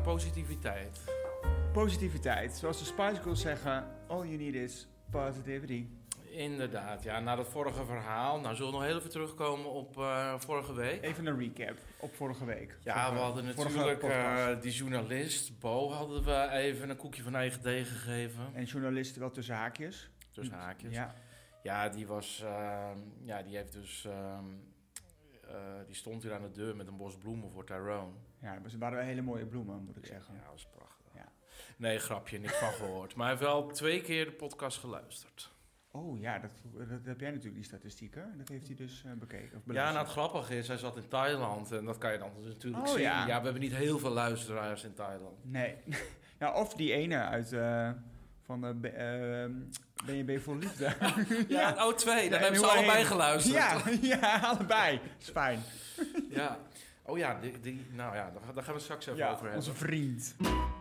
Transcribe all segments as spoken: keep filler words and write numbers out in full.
positiviteit. Positiviteit. Zoals de Spice Girls zeggen, all you need is positivity. Inderdaad, ja. Na dat vorige verhaal, nou zullen we nog heel even terugkomen op uh, vorige week. Even een recap op vorige week. Ja, vorige, we hadden natuurlijk uh, die journalist, Bo, hadden we even een koekje van eigen deeg gegeven. En journalist wel tussen haakjes. Tussen haakjes. Ja, ja die was, uh, ja, die heeft dus, uh, uh, die stond hier aan de deur met een bos bloemen voor Tyrone. Ja, het waren wel hele mooie bloemen, moet ik zeggen. Ja, dat was prachtig. Ja. Nee, grapje, niks van gehoord. Maar hij heeft wel twee keer de podcast geluisterd. Oh ja, dat, dat heb jij natuurlijk, die statistieken. Dat heeft hij dus uh, bekeken. Of ja, nou het grappige is, hij zat in Thailand en dat kan je dan natuurlijk oh, zien. Ja. ja, we hebben niet heel veel luisteraars in Thailand. Nee. Ja, of die ene uit uh, van de uh, B en B Vol Liefde. ja, ja, oh twee, dan ja, hebben ze allebei heen. geluisterd. Ja, ja, allebei. Is fijn. Ja. Oh ja, die, die, nou ja, daar, daar gaan we straks even ja, over hebben. Onze vriend.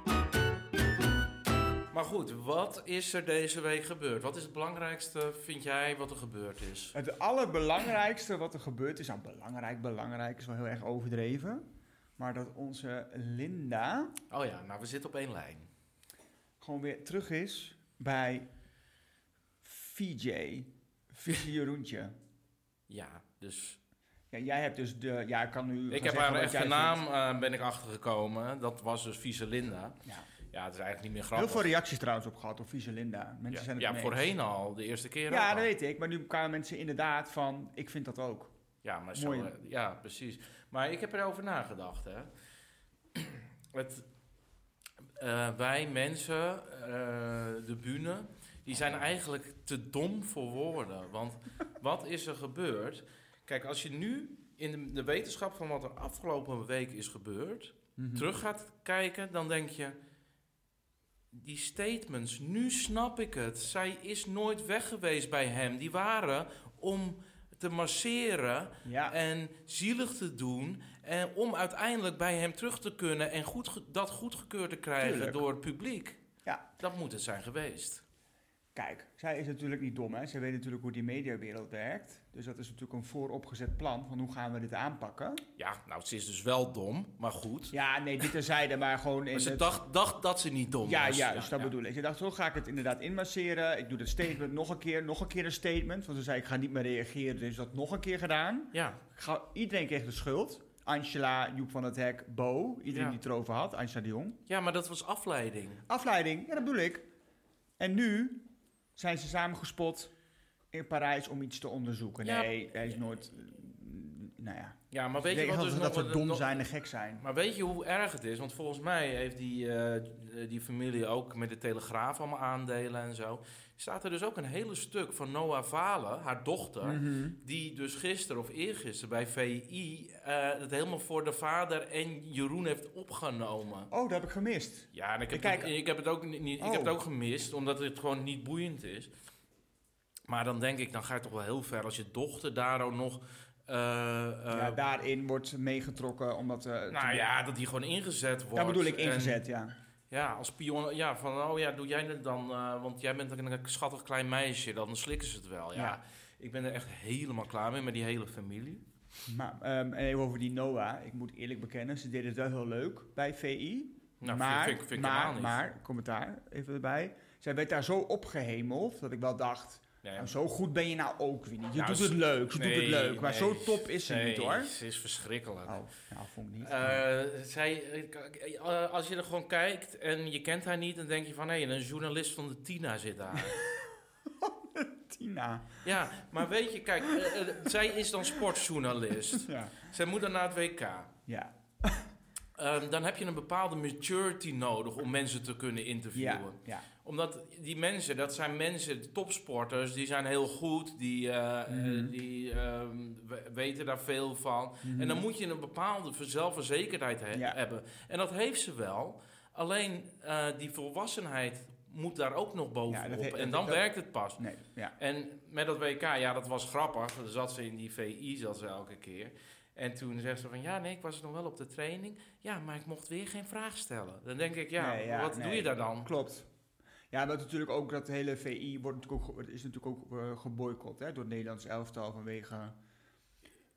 Maar goed, wat is er deze week gebeurd? Wat is het belangrijkste, vind jij, wat er gebeurd is? Het allerbelangrijkste wat er gebeurd is... Nou, belangrijk, belangrijk is wel heel erg overdreven. Maar dat onze Linda... Oh ja, nou, we zitten op één lijn. Gewoon weer terug is bij V J. Vieze Jeroentje. Ja, dus... Ja, jij hebt dus de... Ja, ik kan nu... Ik heb haar echte naam, uh, ben ik achtergekomen. Dat was dus Vieze Linda. Ja. Ja, het is eigenlijk niet meer grappig. Heel veel reacties trouwens op gehad op Vieze Linda. Mensen ja, zijn het ja voorheen al, de eerste keer Ja, al. dat weet ik. Maar nu kwamen mensen inderdaad van, ik vind dat ook. Ja, maar zo, uh, ja, precies. Maar ik heb erover nagedacht, hè. Het, uh, wij mensen, uh, de bühne, die zijn eigenlijk te dom voor woorden. Want wat is er gebeurd? Kijk, als je nu in de, de wetenschap van wat er afgelopen week is gebeurd... Mm-hmm. terug gaat kijken, dan denk je... Die statements, nu snap ik het. Zij is nooit weg geweest bij hem. Die waren om te masseren ja. en zielig te doen... en om uiteindelijk bij hem terug te kunnen... en goed, dat goedgekeurd te krijgen Tuurlijk. door het publiek. Ja. Dat moet het zijn geweest. Kijk, zij is natuurlijk niet dom, hè. Zij weet natuurlijk hoe die mediawereld werkt. Dus dat is natuurlijk een vooropgezet plan van hoe gaan we dit aanpakken. Ja, nou, ze is dus wel dom, maar goed. Ja, nee, dit terzijde, maar gewoon... In maar ze het... dacht, dacht dat ze niet dom ja, was. Ja, juist, ja, dat ja. bedoel ik. Ze dacht, zo ga ik het inderdaad inmasseren. Ik doe het statement nog een keer, nog een keer een statement. Want ze zei, ik ga niet meer reageren, dus dat nog een keer gedaan. Ja. Ga, iedereen kreeg de schuld. Angela, Joep van het Hek, Bo. Iedereen ja. die het erover had, Angela de Jong. Ja, maar dat was afleiding. Afleiding, ja, dat bedoel ik. En nu... zijn ze samen gespot in Parijs om iets te onderzoeken. Ja. Nee, hij is nooit... Nou ja. Ja, maar weet je wat... Dus dat, dat we dom nog, zijn en gek zijn. Maar weet je hoe erg het is? Want volgens mij heeft die, uh, die familie ook met de Telegraaf allemaal aandelen en zo. Staat er dus ook een hele stuk van Noah Valen, haar dochter... Mm-hmm. die dus gisteren of eergisteren bij V I... Uh, het helemaal voor de vader en Jeroen heeft opgenomen. Oh, dat heb ik gemist. Ja, en ik heb, ik, het, ik heb, het, ook niet, oh. ik heb het ook gemist, omdat het gewoon niet boeiend is. Maar dan denk ik, dan ga je toch wel heel ver als je dochter daar ook nog... Uh, uh, ja, daarin wordt meegetrokken omdat... Uh, nou te... ja, dat die gewoon ingezet wordt. Dat bedoel ik, ingezet, en, ja. Ja, als pion... Ja, van, oh ja, doe jij het dan... Uh, want jij bent een schattig klein meisje, dan slikken ze het wel. Ja, ja. Ik ben er echt helemaal klaar mee met die hele familie. Maar um, even over die Noah. Ik moet eerlijk bekennen, ze deden het wel heel leuk bij V I. Nou, maar, vind, vind, vind maar, niet. maar, commentaar even erbij. Zij werd daar zo opgehemeld dat ik wel dacht... Ja, ja. Nou, zo goed ben je nou ook weer niet. Je nou, doet het leuk, ze nee, doet het leuk. Maar nee, zo top is ze nee, niet, hoor. Ze is verschrikkelijk. Oh, nou, vond ik niet. Uh, zij, uh, als je er gewoon kijkt en je kent haar niet... dan denk je van, hé, hey, een journalist van de Tina zit daar. Tina. Ja, maar weet je, kijk, uh, uh, zij is dan sportjournalist. Ja. Zij moet dan naar het W K. Ja. Um, dan heb je een bepaalde maturity nodig om mensen te kunnen interviewen. Ja, ja. Omdat die mensen, dat zijn mensen, topsporters, die zijn heel goed, die, uh, mm-hmm. die um, weten daar veel van. Mm-hmm. En dan moet je een bepaalde zelfverzekerdheid he- ja. hebben. En dat heeft ze wel. Alleen uh, die volwassenheid moet daar ook nog bovenop. Ja, he- en dan dat, werkt het pas. Nee, ja. En met dat W K, ja, dat was grappig. Dan zat ze in die V I, zat ze elke keer. En toen zegt ze van, ja, nee, ik was nog wel op de training. Ja, maar ik mocht weer geen vraag stellen. Dan denk ik, ja, nee, ja wat nee, doe je daar dan? Klopt. Ja, dat natuurlijk ook, dat hele V I wordt natuurlijk ook, is natuurlijk ook uh, geboycott, hè, door het Nederlands elftal vanwege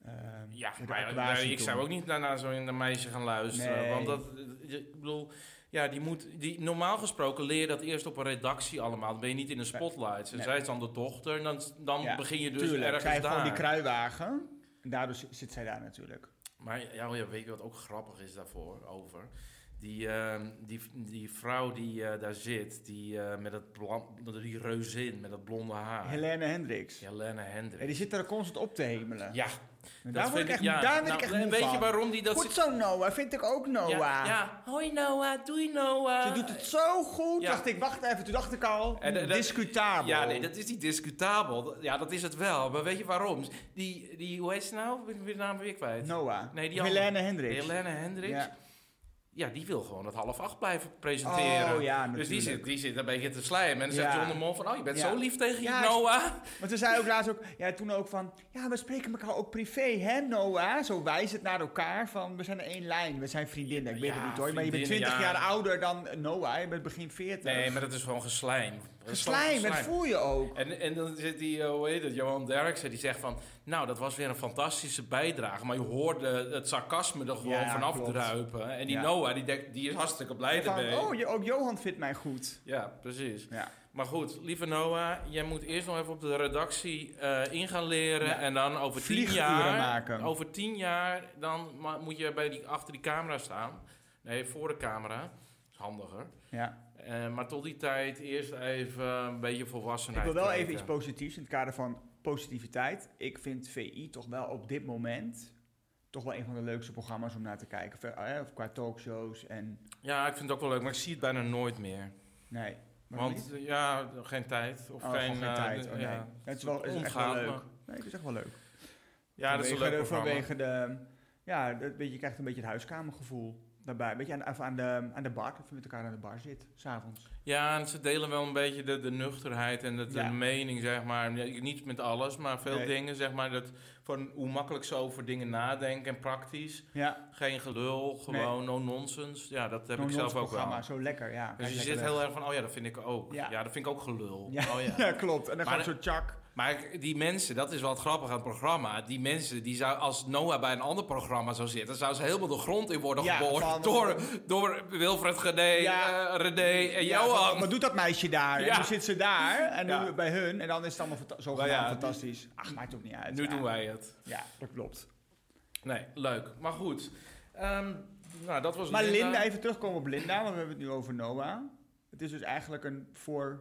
Uh, ja, maar nee, ik zou ook niet naar, naar zo'n meisje gaan luisteren. Nee. Want dat, ik bedoel, ja, die moet, die, normaal gesproken leer je dat eerst op een redactie allemaal. Dan ben je niet in een spotlight. Nee. Zij is dan de dochter en dan, dan ja, begin je dus tuurlijk. ergens zij daar. Zij heeft gewoon die kruiwagen. En daardoor zit zij daar natuurlijk. Maar ja, ja, weet je wat ook grappig is daarvoor, over? Die, uh, die, die vrouw die uh, daar zit, die uh, met het bl- die reuzin met dat blonde haar. Helene Hendricks. Helene Hendricks. Ja, die zit er constant op te hemelen. Ja. Daar word ik echt, ja, daar ben nou, ik echt moe weet van. je waarom die dat... Goed zo, Noah. Vind ik ook, Noah. Ja, ja. Hoi, Noah. Doei, Noah. Ze doet het zo goed. Ja. Dacht ik, wacht even. Toen dacht ik al, en, uh, discutabel. Ja, nee, dat is niet discutabel. Ja, dat is het wel. Maar weet je waarom? Die, die hoe heet ze nou? Ik ben de naam weer kwijt. Noah. Nee, die Helene Hendricks. Helene Hendricks. Ja. Ja, die wil gewoon het half acht blijven presenteren. Oh, ja, dus die zit, die zit een beetje te slijmen. En dan ja. zegt John de Mol van... Oh, je bent ja. zo lief tegen ja, je, Noah. Want ze zei ook laatst ook... Ja, toen ook van... Ja, we spreken elkaar ook privé, hè, Noah? Zo wijst het naar elkaar van... We zijn één lijn, we zijn vriendinnen. Ik weet ja, het niet hoor. Maar je bent twintig ja. jaar ouder dan Noah. Je bent begin veertig. Nee, maar dat is gewoon geslijm. Geslijm, dat voel je ook. En, en dan zit die, uh, hoe heet het, Johan Derksen, die zegt van... Nou, dat was weer een fantastische bijdrage. Maar je hoorde het sarcasme er gewoon ja, vanaf klopt. druipen. En die ja. Noah, die, denk, die is hartstikke blij van, ermee. Oh, je, ook Johan vindt mij goed. Ja, precies. Ja. Maar goed, lieve Noah, jij moet eerst nog even op de redactie uh, in gaan leren. Ja. En dan over tien jaar... maken. Over tien jaar, dan ma- moet je bij die, achter die camera staan. Nee, voor de camera. Dat is handiger. Ja. Uh, maar tot die tijd eerst even een beetje volwassenheid Ik wil wel kijken. even iets positiefs in het kader van positiviteit. Ik vind V I toch wel op dit moment toch wel een van de leukste programma's om naar te kijken. Ver, of qua talkshows en... Ja, ik vind het ook wel leuk, maar ik zie het bijna nooit meer. Nee. Want niet? ja, geen tijd. Of oh, geen, geen uh, tijd. Oh, nee. ja, het is, wel, is echt wel leuk. Nee, het is echt wel leuk. Ja, dat is een leuk de, programma. Vanwege de... Ja, de, je krijgt een beetje het huiskamergevoel daarbij. Een beetje aan, aan, de, aan de bar, dat je met elkaar aan de bar zit, s'avonds. Ja, en ze delen wel een beetje de, de nuchterheid en de, de ja. mening, zeg maar. Niet met alles, maar veel nee. dingen, zeg maar. Dat, van hoe makkelijk ze over dingen nadenken en praktisch. Ja. Geen gelul, gewoon nee. no-nonsense. Ja, dat heb no ik zelf ook wel. Zo lekker, ja. Dus je zit heel erg van, oh ja, dat vind ik ook. Ja, ja dat vind ik ook gelul. Ja, oh, ja. ja klopt. En dan gaat zo tjak. Maar die mensen, dat is wel het grappige aan het programma. Die mensen, die zou, als Noah bij een ander programma zou zitten... zou ze helemaal de grond in worden ja, geboord van, door, door Wilfred Gené, ja, uh, René en ja, Johan. Van, wat doet dat meisje daar? Ja. En nu zit ze daar en ja. nu bij hun. En dan is het allemaal fanta- zo nou ja, fantastisch. Ach, maakt ook niet uit. Nu ja. doen wij het. Ja, dat klopt. Nee, leuk. Maar goed. Um, nou, dat was maar Linda. Linda, even terugkomen op Linda, want we hebben het nu over Noah. Het is dus eigenlijk een voor,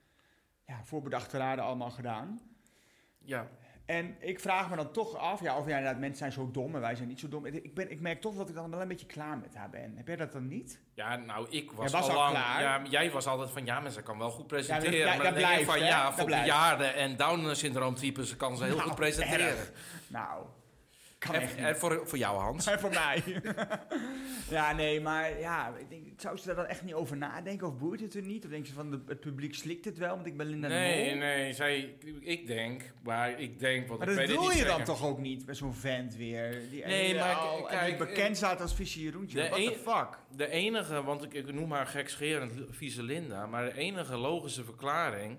ja, voorbedachte raden allemaal gedaan. Ja. En ik vraag me dan toch af, ja, of ja, inderdaad, mensen zijn zo dom en wij zijn niet zo dom. Ik, ben, ik merk toch dat ik dan wel een beetje klaar met haar ben. Heb jij dat dan niet? Ja, nou, ik was, was al, al lang... klaar. Ja, jij was altijd van, ja, maar ze kan wel goed presenteren. Ja, dat, maar dat dan blijft, denk ik van, hè? ja, dat voor bejaarden en Down-syndroom-types kan ze heel nou, goed presenteren. Erg. Nou... En, en voor, voor jou, Hans. En voor mij. Ja, nee, maar ja, ik denk, zou ze daar dan echt niet over nadenken? Of boeit het er niet? Of denk ze van, de, het publiek slikt het wel, want ik ben Linda nee, de Mol? Nee, zij, ik denk, maar ik denk... Wat maar ik dat weet doe je zeker. dan toch ook niet, met zo'n vent weer? Die nee, ene, maar al, kijk... die bekend staat als Vieze Jeroentje. What een, the fuck? De enige, want ik, ik noem haar gekscherend Vieze Linda, maar de enige logische verklaring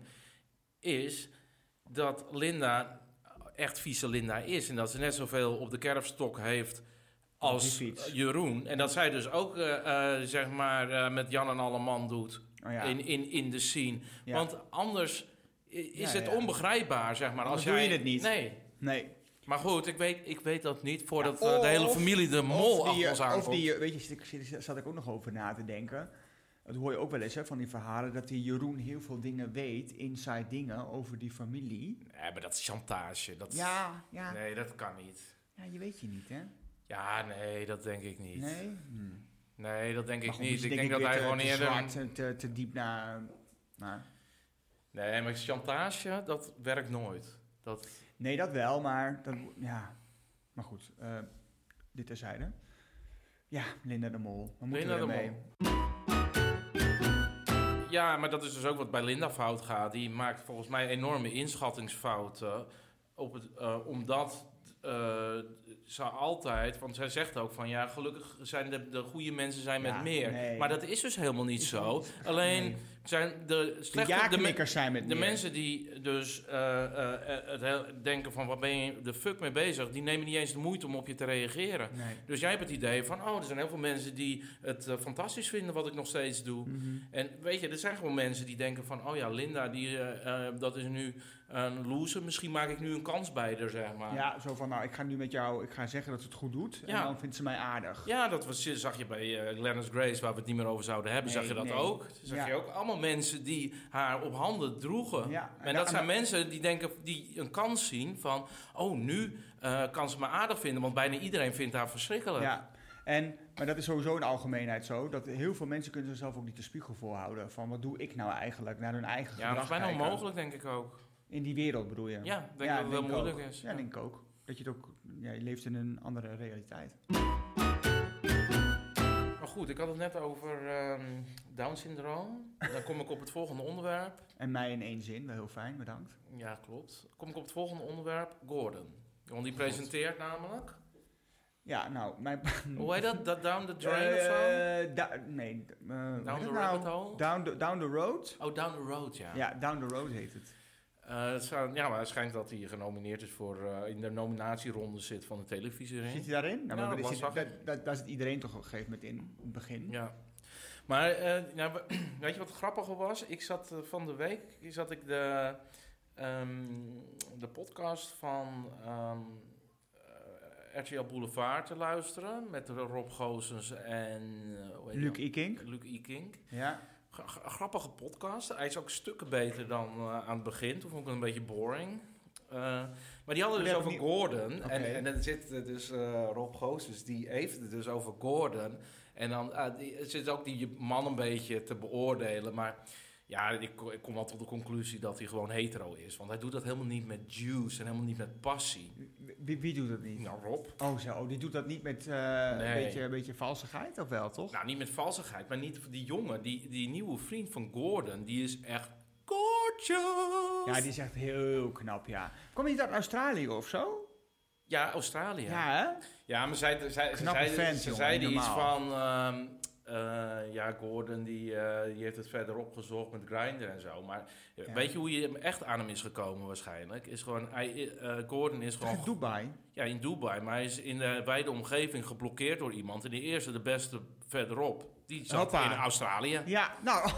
is dat Linda... echt vieze Linda is. En dat ze net zoveel op de kerfstok heeft als Jeroen. En dat zij dus ook, uh, uh, zeg maar, uh, met Jan en Alleman doet oh ja. in, in, in de scene. Ja. Want anders is ja, het ja. onbegrijpbaar, zeg maar. Als jij, doe je het niet. Nee. Nee. Maar goed, ik weet, ik weet dat niet voordat ja, uh, de hele familie de Mol achter ons aankomt. Of die, weet je, daar zat ik ook nog over na te denken. Dat hoor je ook wel eens, hè, van die verhalen, dat die Jeroen heel veel dingen weet, inside dingen over die familie. Ja, maar dat is chantage. Dat ja, ja. Nee, dat kan niet. Ja, je weet je niet, hè? Ja, nee, dat denk ik niet. Nee? Hm. Nee, dat denk ik goed, niet. Dus ik denk denk ik dat hij te, gewoon te eerder... zwart en te, te diep naar... naar... Nee, maar chantage, dat werkt nooit. Dat... Nee, dat wel, maar... Dat, ja, maar goed, uh, dit terzijde. Ja, Linda de Mol. Waar moeten Linda we de mee? Mol. Ja, maar dat is dus ook wat bij Linda fout gaat. Die maakt volgens mij enorme inschattingsfouten. Op het, uh, omdat uh, ze altijd, want zij zegt ook van ja, gelukkig zijn de, de goede mensen zijn met Ja, meer. nee. Maar dat is dus helemaal niet Is zo. niet. Alleen Nee. zijn de slechte... De de, me- ja-knikkers zijn met de meer. mensen die dus uh, uh, het heel, denken van wat ben je de fuck mee bezig, die nemen niet eens de moeite om op je te reageren. Nee. Dus jij hebt het idee van, oh, er zijn heel veel mensen die het uh, fantastisch vinden wat ik nog steeds doe. Mm-hmm. En weet je, er zijn gewoon mensen die denken van, oh ja, Linda, die, uh, uh, dat is nu een loser. Misschien maak ik nu een kans bij haar, zeg maar. Ja, zo van, nou, ik ga nu met jou, ik ga zeggen dat ze het goed doet. Ja. En dan vindt ze mij aardig. Ja, dat was, zag je bij uh, Glennis Grace, waar we het niet meer over zouden hebben, Nee, zag je dat nee. ook. Zag Ja. je ook allemaal mensen die haar op handen droegen. Ja. En dat zijn mensen die denken, die een kans zien van, oh, nu uh, kan ze me aardig vinden, want bijna iedereen vindt haar verschrikkelijk. Ja, en, maar dat is sowieso in de algemeenheid zo, dat heel veel mensen kunnen zichzelf ook niet de spiegel voorhouden van wat doe ik nou eigenlijk naar hun eigen Ja, dat is gedrag bijna kijken. onmogelijk, denk ik ook. In die wereld bedoel je? Ja, ik denk dat het wel denk moeilijk ook. is. Ja, denk ik ook. Dat je het ook, ja, je leeft in een andere realiteit. Maar goed, ik had het net over um, Down-syndroom. Dan kom ik op het volgende onderwerp. En mij in één zin, wel heel fijn, bedankt. Ja, klopt. Dan kom ik op het volgende onderwerp, Gordon. Want die presenteert namelijk... Ja, nou, mijn... Hoe heet dat? dat down the drain uh, of zo? Da- nee. Uh, Down the nou? rabbit hole? Down the, down the road? Oh, Down the Road, ja. Ja, Down the Road heet het. Uh, het zou, ja, maar het schijnt dat hij genomineerd is voor... Uh, in de nominatieronde zit van de televisiering. Zit hij daarin? Nou, Ja, maar dat zit, was- dat, dat, daar zit iedereen toch op een gegeven moment in, in het begin. Ja. Maar, uh, nou, we- weet je wat het grappige was? Ik zat uh, van de week... zat ik de, um, de podcast van... Um, R T L Boulevard te luisteren met Rob Goossens en uh, hoe heet Luc die? Ikink. Luc Ikink. Ja. G- g- grappige podcast. Hij is ook stukken beter dan uh, aan het begin. Toen vond ik het een beetje boring. Uh, maar die hadden Maar dus die over hebben Gordon. Oké. En, en dan zit er dus uh, Rob Goossens, die heeft het dus over Gordon. En dan uh, die, zit ook die man een beetje te beoordelen. Maar ja, ik, ik kom wel tot de conclusie dat hij gewoon hetero is. Want hij doet dat helemaal niet met juice en helemaal niet met passie. Wie, wie doet dat niet? Nou, Rob. Oh zo, oh, die doet dat niet met uh, Nee. een, beetje, een beetje valsigheid, of wel, toch? Nou, niet met valsigheid, maar niet die jongen. Die, die nieuwe vriend van Gordon, die is echt gorgeous. Ja, die is echt heel knap, ja. Kwam hij niet uit Australië of zo? Ja, Australië. Ja, hè? Ja, maar zij, zij, ze Knappe zeiden, vent, ze jongen, zeiden iets normaal. van... Um, uh, ja, Gordon die, uh, die heeft het verder opgezocht met Grindr en zo. Maar uh, Ja. weet je hoe je echt aan hem is gekomen waarschijnlijk? Is gewoon, hij, uh, Gordon is gewoon... Dubai. Ja, in Dubai. Maar hij is in de wijde omgeving geblokkeerd door iemand. En die eerste, de beste verderop, die zat Hoppa. in Australië. Ja, nou...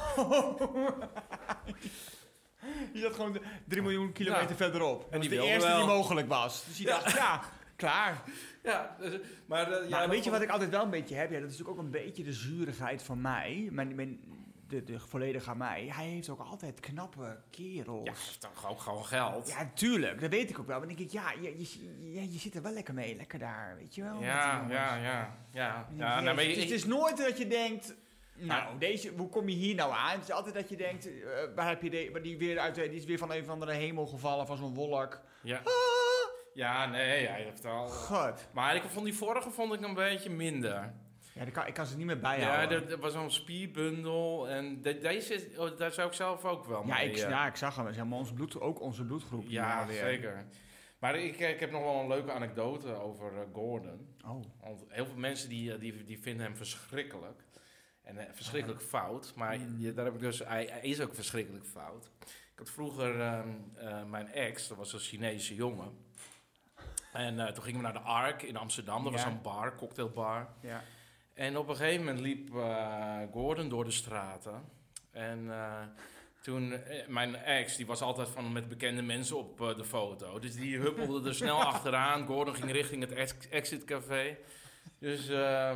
Die zat gewoon drie miljoen kilometer Ja. verderop. En die die de wilde eerste wel. die mogelijk was. Dus die Ja. dacht, ja, klaar. Ja, dus, maar... Uh, ja, Maar dat weet je vond- wat ik altijd wel een beetje heb? Ja, dat is natuurlijk ook een beetje de zurigheid van mij. Mijn, mijn, de, de volledige aan mij. Hij heeft ook altijd knappe kerels. Ja, hij heeft dan ook gewoon geld. Ja, tuurlijk. Dat weet ik ook wel. Maar dan denk ik, ja, je, je, je, je zit er wel lekker mee. Lekker daar, weet je wel. met die Ja, jongens. ja, ja. ja. En dan ja denk nou, maar je, je- het, is, het is nooit dat je denkt... Nou, Ja. deze, hoe kom je hier nou aan? Het is altijd dat je denkt, uh, waar heb je de, waar die, weer uit, die is weer van een of andere hemel gevallen, van zo'n wolk. ja. Ah, ja, nee, hij heeft al... God. Maar ik vond die vorige vond ik een beetje minder. Ja, dat kan, ik kan ze niet meer Ja, bijhouden. er, er was zo'n spierbundel en de, deze, oh, daar zou ik zelf ook wel Ja, mee... ik, eh, ja, ik zag hem. Dat is helemaal onze bloed, ook onze bloedgroep. ja, weer. zeker. Maar ik, ik heb nog wel een leuke anekdote over uh, Gordon. Oh. Want heel veel mensen die, uh, die, die vinden hem verschrikkelijk. En uh, verschrikkelijk fout. Maar Mm. je, daar heb ik dus, hij, hij is ook verschrikkelijk fout. Ik had vroeger um, uh, mijn ex, dat was een Chinese jongen. En uh, toen gingen we naar de Ark in Amsterdam. Dat Ja. was zo'n bar, cocktailbar. Ja. En op een gegeven moment liep uh, Gordon door de straten. En uh, toen, uh, mijn ex, die was altijd van met bekende mensen op uh, de foto. Dus die huppelde er snel achteraan. Gordon ging richting het ex- Exit Café. Dus uh,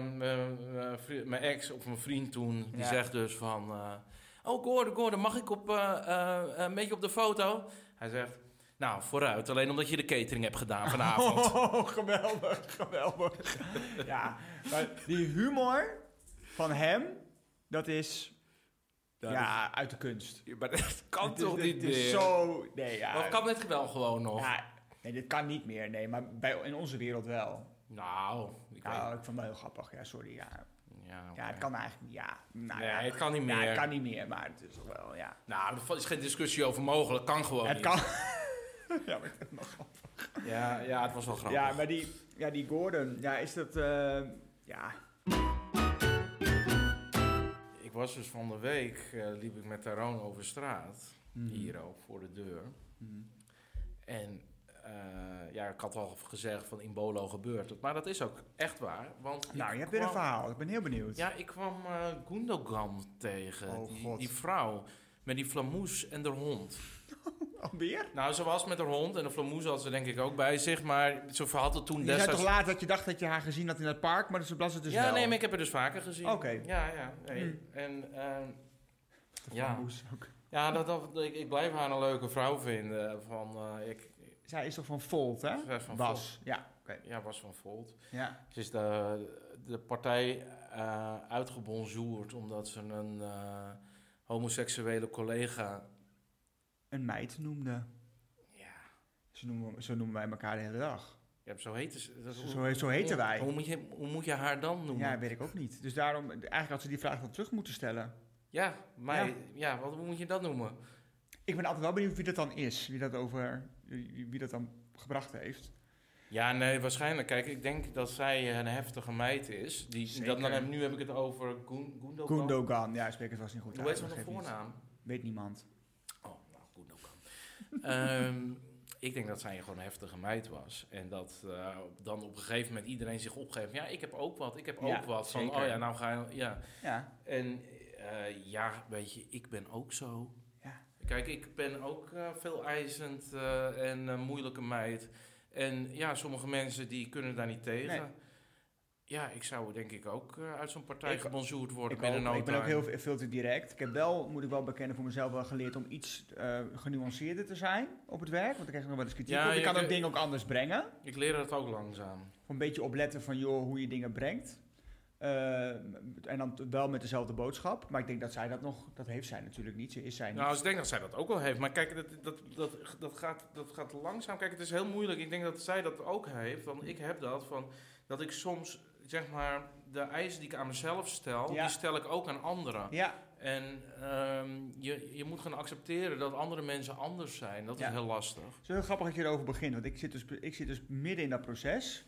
mijn ex, of mijn vriend toen, die Ja. zegt dus van... Uh, oh Gordon, Gordon, mag ik op, uh, uh, een beetje op de foto? Hij zegt... Nou, vooruit. Alleen omdat je de catering hebt gedaan vanavond. Oh, geweldig, geweldig. Ja, maar die humor van hem, dat is Ja, ja, uit de kunst. dat- maar dat kan Het is- toch niet Het is meer? zo... Nee, ja. Of kan het wel gewoon nog? Ja, nee, dit kan niet meer. Nee, maar bij, in onze wereld wel. Nou, ik Nou, weet ik vond het wel heel grappig. Ja, sorry. Ja, Ja, oké. ja het kan eigenlijk niet. Ja, nou, Nee, ja. het kan niet Ja, meer. het kan niet meer, maar het is toch wel, ja. Nou, er is geen discussie over mogelijk. Kan gewoon Het niet. kan. Ja, maar ik vind het nog grappig. Ja, ja, het was wel grappig. Ja, maar die, ja, die Gordon, ja, is dat, uh, ja... Ik was dus van de week, uh, liep ik met Tyrone over straat, mm. hier ook, voor de deur. Mm. En uh, ja, ik had al gezegd van in Bolo gebeurt het, maar dat is ook echt waar. Want nou, je hebt kwam, weer een verhaal, ik ben heel benieuwd. Ja, ik kwam uh, Gundogan tegen, oh, die, die vrouw met die flamoes en de hond. Alweer? Nou, ze was met haar hond en de flamoes had ze denk ik ook bij zich, maar ze had het toen je destijds... Je zei toch laat dat je dacht dat je haar gezien had in het park, maar ze was het dus ja, wel? Ja, nee, maar ik heb haar dus vaker gezien. Oké. Okay. Ja, ja. Nee. Mm. En, uh, de ja. flamoes ook. Ja, dat, dat, ik, ik blijf haar een leuke vrouw vinden. Van, uh, ik, Zij is toch van Volt, hè? Zij is van was. Volt. Ja, okay. Ja, was van Volt. Ja. Ze is de, de partij uh, uitgebonjourd omdat ze een uh, homoseksuele collega... een meid noemde. Ja. Zo noemen, zo noemen wij elkaar de hele dag. Ja, zo heten ze. Dat, zo, hoe, zo heten wij. Hoe moet, je, hoe moet je haar dan noemen? Ja, weet ik ook niet. Dus daarom, eigenlijk had ze die vraag dan terug moeten stellen. Ja, maar ja, ja wat, hoe moet je dat noemen? Ik ben altijd wel benieuwd wie dat dan is. Wie dat, over, wie, wie dat dan gebracht heeft. Ja, nee, waarschijnlijk. Kijk, ik denk dat zij een heftige meid is. Die, dat, dan heb, nu heb ik het over Gun, Gundogan. Gundogan, ja, spreek het vast niet goed uit. Hoe heet ze van de voornaam? Weet niemand. Oh, nou, Gundogan. um, ik denk dat zij gewoon een heftige meid was. En dat uh, dan op een gegeven moment iedereen zich opgeeft. Ja, ik heb ook wat, ik heb ook ja, wat. Van, zeker. oh ja, nou ga je... Ja. ja. En uh, ja, weet je, ik ben ook zo. Ja. Kijk, ik ben ook uh, veel eisend uh, en uh, moeilijke meid. En ja, sommige mensen die kunnen daar niet tegen. Nee. Ja, ik zou denk ik ook uh, uit zo'n partij gebonjourd worden ik binnen ook, no Ik ben ook heel veel te direct. Ik heb wel, moet ik wel bekennen voor mezelf, wel geleerd om iets uh, genuanceerder te zijn op het werk. Want dan krijg je nog wel eens kritiek ja, op. Je, je kan ook dingen ook anders brengen. Ik leer dat ook langzaam. Een beetje opletten van joh, hoe je dingen brengt. Uh, en dan wel met dezelfde boodschap. Maar ik denk dat zij dat nog... Dat heeft zij natuurlijk niet. Ze is zij niet. Nou, ik denk dat zij dat ook wel heeft. Maar kijk, dat, dat, dat, dat, gaat, dat gaat langzaam. Kijk, het is heel moeilijk. Ik denk dat zij dat ook heeft. Want ik heb dat van... Dat ik soms, zeg maar... De eisen die ik aan mezelf stel... Ja. Die stel ik ook aan anderen. Ja. En um, je, je moet gaan accepteren dat andere mensen anders zijn. Dat ja. is heel lastig. Het is heel grappig dat je erover begint. Want ik zit dus, ik zit dus midden in dat proces...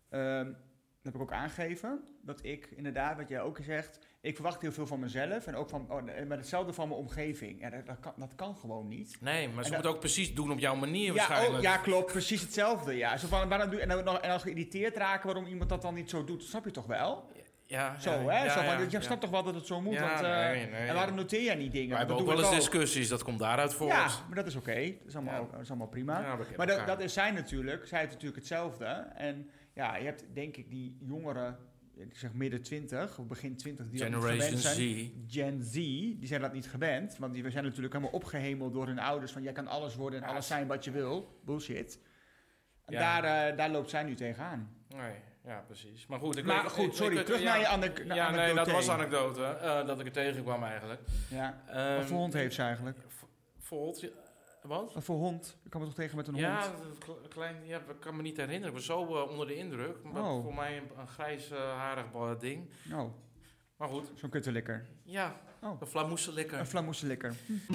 Um, Dat heb ik ook aangegeven, dat ik inderdaad, wat jij ook zegt, ik verwacht heel veel van mezelf en ook van, oh, maar hetzelfde van mijn omgeving. Ja, dat, dat, kan, dat kan gewoon niet. Nee, maar ze moeten ook precies doen op jouw manier ja, waarschijnlijk. Oh, ja, klopt, precies hetzelfde. Ja. Zo van, waarom doe, en, dan, en dan geïrriteerd raken waarom iemand dat dan niet zo doet, snap je toch wel? Ja, zo, ja, hè? Ja, zo van, ja, je ja. snapt toch wel dat het zo moet? Ja, want, uh, nee, nee, en waarom noteer jij niet dingen? We hebben dat ook wel eens ook. discussies, dat komt daaruit voort. Ja, maar dat is oké. Okay. Dat, ja. dat is allemaal prima. Ja, maar dat, dat is zij natuurlijk. Zij heeft natuurlijk hetzelfde. En ja, je hebt denk ik die jongeren, ik zeg midden twintig, of begin twintig, die Generation dat niet gewend zijn. Z. Gen Z, die zijn dat niet gewend. Want die zijn natuurlijk helemaal opgehemeld door hun ouders. Van jij kan alles worden en ja, alles zijn wat je wil. Bullshit. En ja. daar, uh, daar loopt zij nu tegenaan. Nee, ja, precies. Maar goed, ik maar weet, goed ik, sorry, ik, terug ja, naar je anek- na- ja, anekdote. Nee, dat was anekdote, uh, dat ik er tegenkwam eigenlijk. Ja. Um, wat voor hond heeft ze eigenlijk? Volt, uh, wat? Wat voor hond? Ik kan me toch tegen met een ja, hond? Ja, klein, ja, ik kan me niet herinneren. Ik was zo uh, onder de indruk. Oh. Voor mij een, een grijs uh, harig ding. Oh. Maar goed. Zo'n kuttelikker. Ja, oh. Een flamoeselikker. Een flamoeselikker. Hm.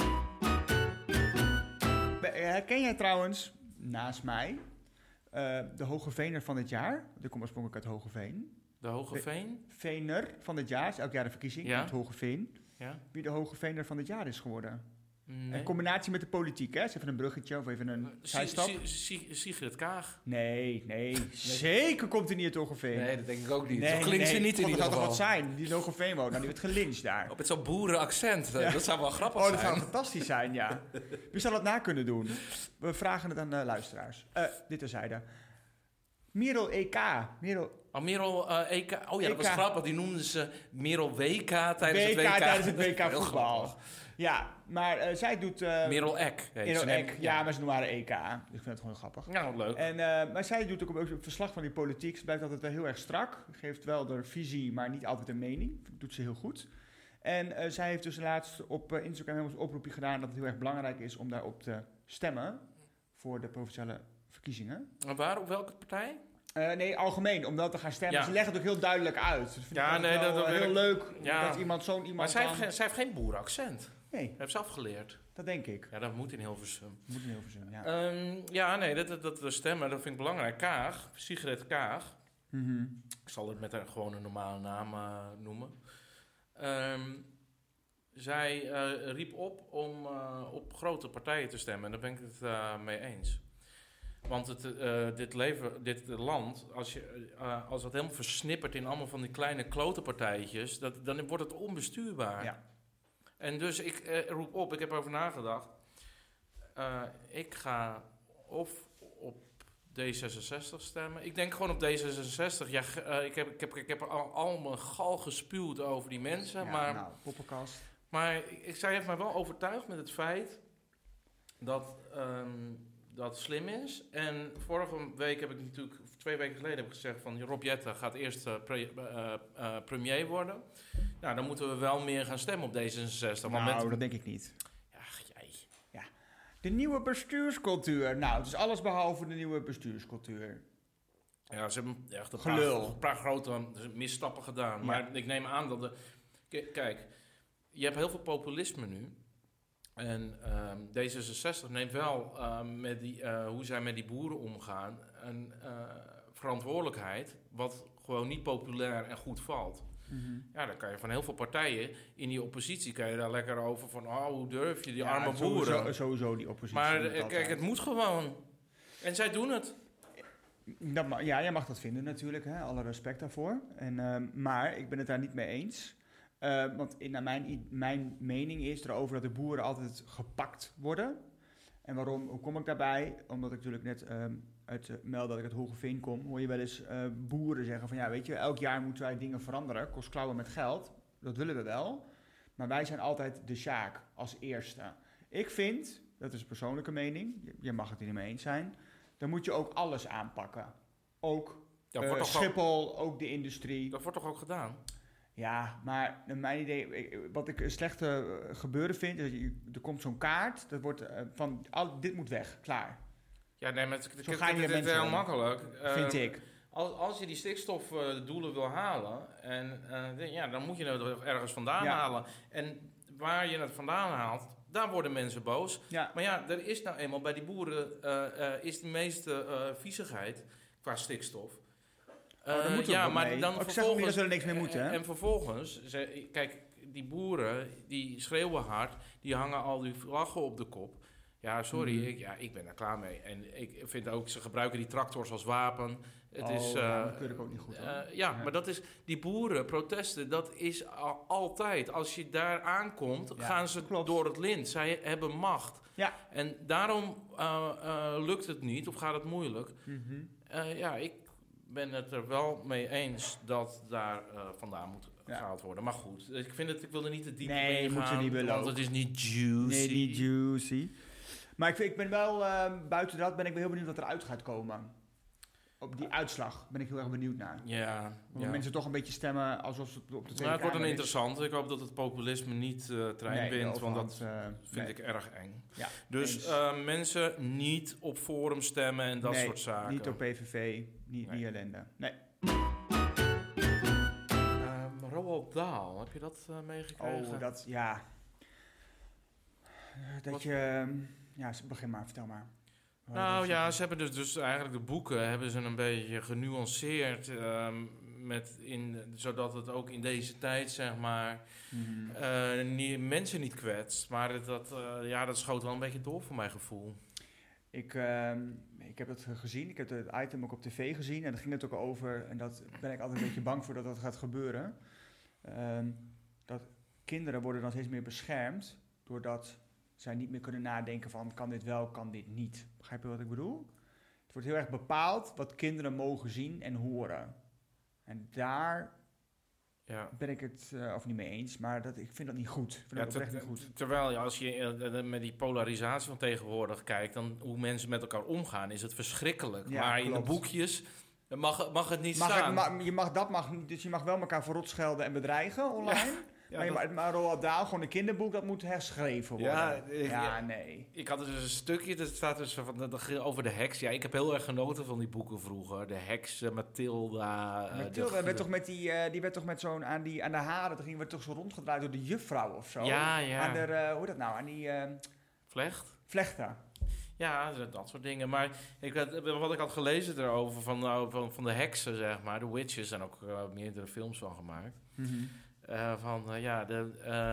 Herken jij trouwens, naast mij, uh, de Hogeveener van dit jaar? Die komt oorspronkelijk uit Hogeveen. De Hogeveen? Veener van dit jaar, is elk jaar de verkiezing, ja. uit Hogeveen. Ja. Wie de Hogeveener van dit jaar is geworden. Nee. In combinatie met de politiek, hè? Is even een bruggetje of even een zijstap. Uh, Sigrid Kaag? Nee, nee, zeker komt hij niet uit Hogeveen. Nee, dat denk ik ook niet. Nee, Zo klinkt nee, ze niet in ieder geval. Dat zou toch wat zijn, die in Hogeveen woont. Nou, die wordt gelyncht daar. Op met zo'n boerenaccent, ja. Dat zou wel grappig oh, zijn. Oh, dat zou fantastisch zijn, ja. Wie zal het na kunnen doen? We vragen het aan uh, luisteraars. Uh, dit terzijde. Merel E K. Merel... Oh, Merel uh, E K. Oh ja, dat E K. was grappig. Die noemden ze Merel W K tijdens W K, het W K. tijdens het W K voetbal. Ja, maar uh, zij doet... Uh, Merel Eck. Merel Eck, ja, ja, maar ze noemen haar E K. Dus ik vind het gewoon grappig. Ja, leuk. En, uh, maar zij doet ook een verslag van die politiek. Ze blijft altijd wel heel erg strak. Geeft wel de visie, maar niet altijd een mening. Dat doet ze heel goed. En uh, zij heeft dus laatst op uh, Instagram helemaal een oproepje gedaan dat het heel erg belangrijk is om daarop te stemmen voor de provinciale verkiezingen. En waar? Op welke partij? Uh, nee, algemeen, om dat te gaan stemmen. Ja. Ze leggen het ook heel duidelijk uit. Dat vind ja, ik nee, dat, dat heel ik, leuk ja. dat iemand zo'n iemand Maar zij, kan... heeft geen, zij heeft geen boerenaccent. Nee. Dat heeft ze afgeleerd. Dat denk ik. Ja, dat moet in Hilversum. Moet in Hilversum, ja. Um, ja, nee, dat, dat, dat de stemmen, dat vind ik belangrijk. Kaag, Sigrid Kaag. Mm-hmm. Ik zal het met een gewone normale naam uh, noemen. Um, zij uh, riep op om uh, op grote partijen te stemmen. En daar ben ik het uh, mee eens. Want het, uh, dit, leven, dit land, als, je, uh, als het helemaal versnippert in allemaal van die kleine klote partijtjes, dat, dan wordt het onbestuurbaar. Ja. En dus ik uh, roep op, ik heb erover nagedacht. Uh, ik ga of op D zesenzestig stemmen. Ik denk gewoon op D zesenzestig. Ja, uh, ik, heb, ik, heb, ik heb al, al mijn gal gespuwd over die mensen. Ja, maar, nou, poppenkast. Maar ik, zij heeft mij wel overtuigd met het feit dat... Um, dat slim is. En vorige week heb ik natuurlijk, twee weken geleden heb ik gezegd van Rob Jetten gaat eerst uh, pre, uh, uh, premier worden. Nou, dan moeten we wel meer gaan stemmen op D zesenzestig. Nou, met, dat denk ik niet. Ja, jij. Ja. De nieuwe bestuurscultuur. Nou, het is alles behalve de nieuwe bestuurscultuur. Ja, ze hebben echt een Gelul. paar, paar grote misstappen gedaan. Ja. Maar ik neem aan dat de... K- kijk, je hebt heel veel populisme nu. En um, D zesenzestig neemt wel uh, met die, uh, hoe zij met die boeren omgaan een uh, verantwoordelijkheid wat gewoon niet populair en goed valt. Mm-hmm. Ja, dan kan je van heel veel partijen in die oppositie kan je daar lekker over van oh, hoe durf je die ja, arme sowieso, boeren. Sowieso die oppositie. Maar uh, kijk, het moet gewoon. En zij doen het. Dat ma- ja, jij mag dat vinden natuurlijk, hè? Alle respect daarvoor. En, uh, maar ik ben het daar niet mee eens. Uh, want in, naar mijn, mijn mening is erover dat de boeren altijd gepakt worden. En waarom hoe kom ik daarbij? Omdat ik natuurlijk net um, uit uh, meld dat ik uit Hoogeveen kom, hoor je wel eens uh, boeren zeggen van ja, weet je, elk jaar moeten wij dingen veranderen, kost klauwen met geld. Dat willen we wel. Maar wij zijn altijd de sjaak als eerste. Ik vind, dat is een persoonlijke mening, je, je mag het er niet mee eens zijn, dan moet je ook alles aanpakken. Ook dat uh, wordt Schiphol, ook de industrie. Dat wordt toch ook gedaan? Ja, maar naar mijn idee, wat ik een slechte gebeuren vind, is dat je, er komt zo'n kaart, dat wordt uh, van, al, dit moet weg, klaar. Ja, nee, maar het, Zo het, ga je het, het is heel makkelijk. Vind uh, ik. Als, als je die stikstofdoelen uh, wil halen, en, uh, ja, dan moet je het ergens vandaan ja. halen. En waar je het vandaan haalt, daar worden mensen boos. Ja. Maar ja, er is nou eenmaal bij die boeren uh, uh, is de meeste uh, viezigheid qua stikstof. Uh, oh, moet ja, maar mee. dan ook vervolgens... Niet dat ze er niks mee moeten, hè? En, en vervolgens, ze, kijk, die boeren, die schreeuwen hard, die hangen al die vlaggen op de kop. Ja, sorry, mm. ik, ja, ik ben daar klaar mee. En ik vind ook, ze gebruiken die tractors als wapen. Het oh, is, uh, ja, dat keur ik ook niet goed. Uh, ja, ja, maar dat is, die boerenprotesten, dat is al, altijd. Als je daar aankomt, ja, gaan ze klopt. door het lint. Zij hebben macht. Ja. En daarom uh, uh, lukt het niet, of gaat het moeilijk. Mm-hmm. Uh, ja, ik ben het er wel mee eens dat daar uh, vandaan moet ja. gehaald worden. Maar goed, ik vind het, ik wil er niet te diep nee, mee gaan, niet willen want ook. het is niet juicy. Nee, niet juicy. Maar ik, vind, ik ben wel, uh, buiten dat ben ik heel benieuwd wat eruit gaat komen. Op die uitslag ben ik heel erg benieuwd naar. Ja. Omdat ja. mensen toch een beetje stemmen alsof ze op de Tweede nou, het wordt een is. interessant. Ik hoop dat het populisme niet uh, trein nee, wint, want dat uh, vind nee. ik erg eng. Ja, dus uh, mensen niet op Forum stemmen en dat nee, soort zaken. Niet op P V V, niet, nee. niet ellende. Nee. Um, Roald Dahl, heb je dat uh, meegekregen? Oh, dat, ja. Dat Wat? je... Ja, begin maar, vertel maar. Nou ja, ze hebben dus, dus eigenlijk de boeken hebben ze een beetje genuanceerd, um, met in, zodat het ook in deze tijd, zeg maar, mm-hmm. uh, niet, mensen niet kwetst. Maar dat, uh, ja, dat schoot wel een beetje door voor mijn gevoel. Ik, uh, ik heb het gezien, ik heb het item ook op tv gezien en daar ging het ook over. En dat ben ik altijd een beetje bang voor dat dat gaat gebeuren. Uh, dat kinderen worden dan steeds meer beschermd doordat zij niet meer kunnen nadenken van kan dit wel, kan dit niet. Begrijp je wat ik bedoel? Het wordt heel erg bepaald wat kinderen mogen zien en horen. En daar ja. ben ik het uh, of niet mee eens, maar dat, ik vind dat niet goed. Ik vind ja, dat oprecht niet goed. Terwijl ja, als je uh, met die polarisatie van tegenwoordig kijkt, dan hoe mensen met elkaar omgaan, is het verschrikkelijk. Ja, maar klopt. In de boekjes mag, mag het niet mag staan. Het, ma, je mag dat mag, dus je mag wel elkaar verrot schelden en bedreigen online. Ja. Ja, maar, dat... maar, maar Roald Dahl, gewoon een kinderboek, dat moet herschreven worden. Ja, ik, ja, nee. Ik had er dus een stukje, dat staat dus van, dat ging over de heks. Ja, ik heb heel erg genoten van die boeken vroeger. De heks, uh, Mathilda. Uh, Mathilda de, werd toch met die, uh, die werd toch met zo'n, aan, die, aan de haren, dat ging werd toch zo rondgedraaid door de juffrouw of zo. Ja, ja. Aan de, uh, hoe dat nou, aan die... Uh, Vlecht? Vlechten. Ja, dat soort dingen. Maar ik had, wat ik had gelezen erover van, nou, van, van de heksen, zeg maar, de witches, en ook uh, meerdere films van gemaakt. Mm-hmm. Uh, van, uh, ja, de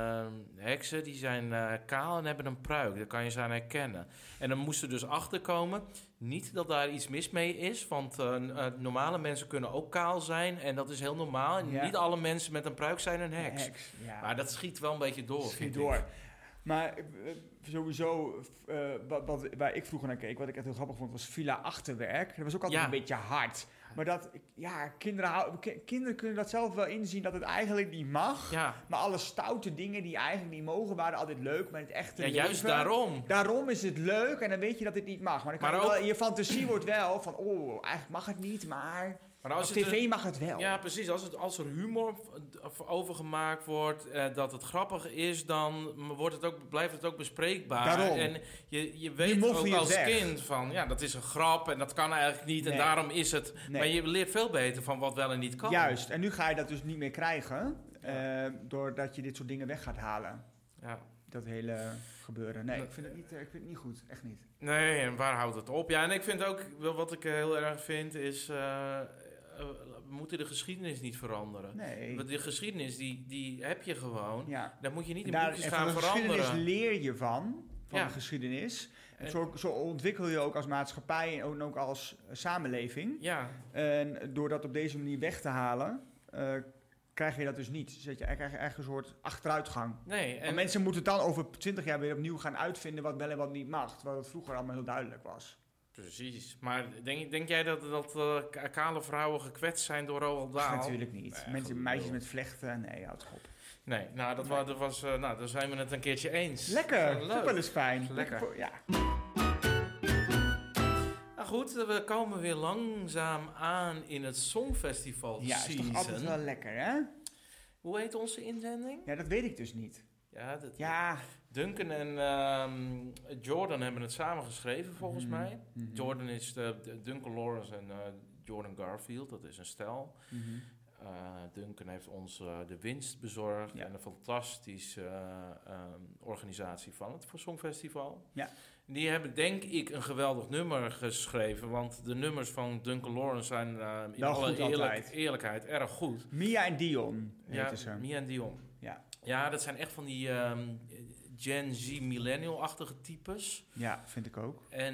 uh, heksen die zijn uh, kaal en hebben een pruik. Daar kan je ze aan herkennen. En dan moesten we dus achterkomen, niet dat daar iets mis mee is, want uh, uh, normale mensen kunnen ook kaal zijn en dat is heel normaal. En ja. niet alle mensen met een pruik zijn een heks. Een heks ja. Maar dat schiet wel een beetje door, schiet vind door. ik. Maar uh, sowieso, uh, wat, wat, waar ik vroeger naar keek, wat ik echt heel grappig vond, was Villa Achterwerk. Dat was ook altijd ja. een beetje hard. Maar dat, ja, kinderen, kinderen kunnen dat zelf wel inzien dat het eigenlijk niet mag. Ja. Maar alle stoute dingen die eigenlijk niet mogen, waren altijd leuk. Maar het echte ja, leven, juist daarom. Daarom is het leuk en dan weet je dat het niet mag. Maar, dan kan maar je, ook, wel, je fantasie wordt wel van, oh, eigenlijk mag het niet, maar... Maar als op tv er, mag het wel. Ja, precies. Als, het, als er humor over gemaakt wordt, eh, dat het grappig is, dan wordt het ook, blijft het ook bespreekbaar. Daarom. En je, je weet ook je als weg. kind van, ja, dat is een grap en dat kan eigenlijk niet. Nee. En daarom is het... Nee. Maar je leert veel beter van wat wel en niet kan. Juist. En nu ga je dat dus niet meer krijgen, ja. uh, doordat je dit soort dingen weg gaat halen. Ja. Dat hele gebeuren. Nee, ik vind het niet, ik vind het niet goed. Echt niet. Nee, en waar houdt het op? Ja, en ik vind ook, wat ik heel erg vind, is... Uh, we moeten de geschiedenis niet veranderen. Nee. Want de geschiedenis, die, die heb je gewoon. Ja. Daar moet je niet in Daar, boekjes gaan de veranderen. De geschiedenis leer je van, van ja. de geschiedenis. En zo, zo ontwikkel je ook als maatschappij en ook als samenleving. Ja. En door dat op deze manier weg te halen... Uh, krijg je dat dus niet. Dus je krijgt eigenlijk een soort achteruitgang. Nee, en maar mensen moeten dan over twintig jaar weer opnieuw gaan uitvinden... wat wel en wat niet mag. Terwijl het vroeger allemaal heel duidelijk was. Precies. Maar denk, denk jij dat, dat uh, kale vrouwen gekwetst zijn door Roald Dahl? Natuurlijk niet. Nee, Mensen, meisjes met vlechten, nee, houd op. Nee, nou, dat nee. was, uh, nou, daar zijn we het een keertje eens. Lekker, dat is wel eens fijn. Lekker. Lekker. Ja. Nou goed, we komen weer langzaam aan in het Songfestival ja, season. Ja, is toch altijd wel lekker, hè? Hoe heet onze inzending? Ja, dat weet ik dus niet. Ja, dat ja. Duncan en um, Jordan hebben het samen geschreven, volgens mm-hmm. mij. Mm-hmm. Jordan is de, de Duncan Lawrence en uh, Jordan Garfield, dat is een stel. Mm-hmm. Uh, Duncan heeft ons uh, de winst bezorgd ja. en een fantastische uh, um, organisatie van het Songfestival. Ja. Die hebben denk ik een geweldig nummer geschreven, want de nummers van Duncan Lawrence zijn uh, in Wel alle eerlijk, eerlijkheid erg goed. Mia en Dion ja, ze. Mia en Dion. Ja. Ja, dat zijn echt van die um, Gen Z millennial-achtige types. Ja, vind ik ook. En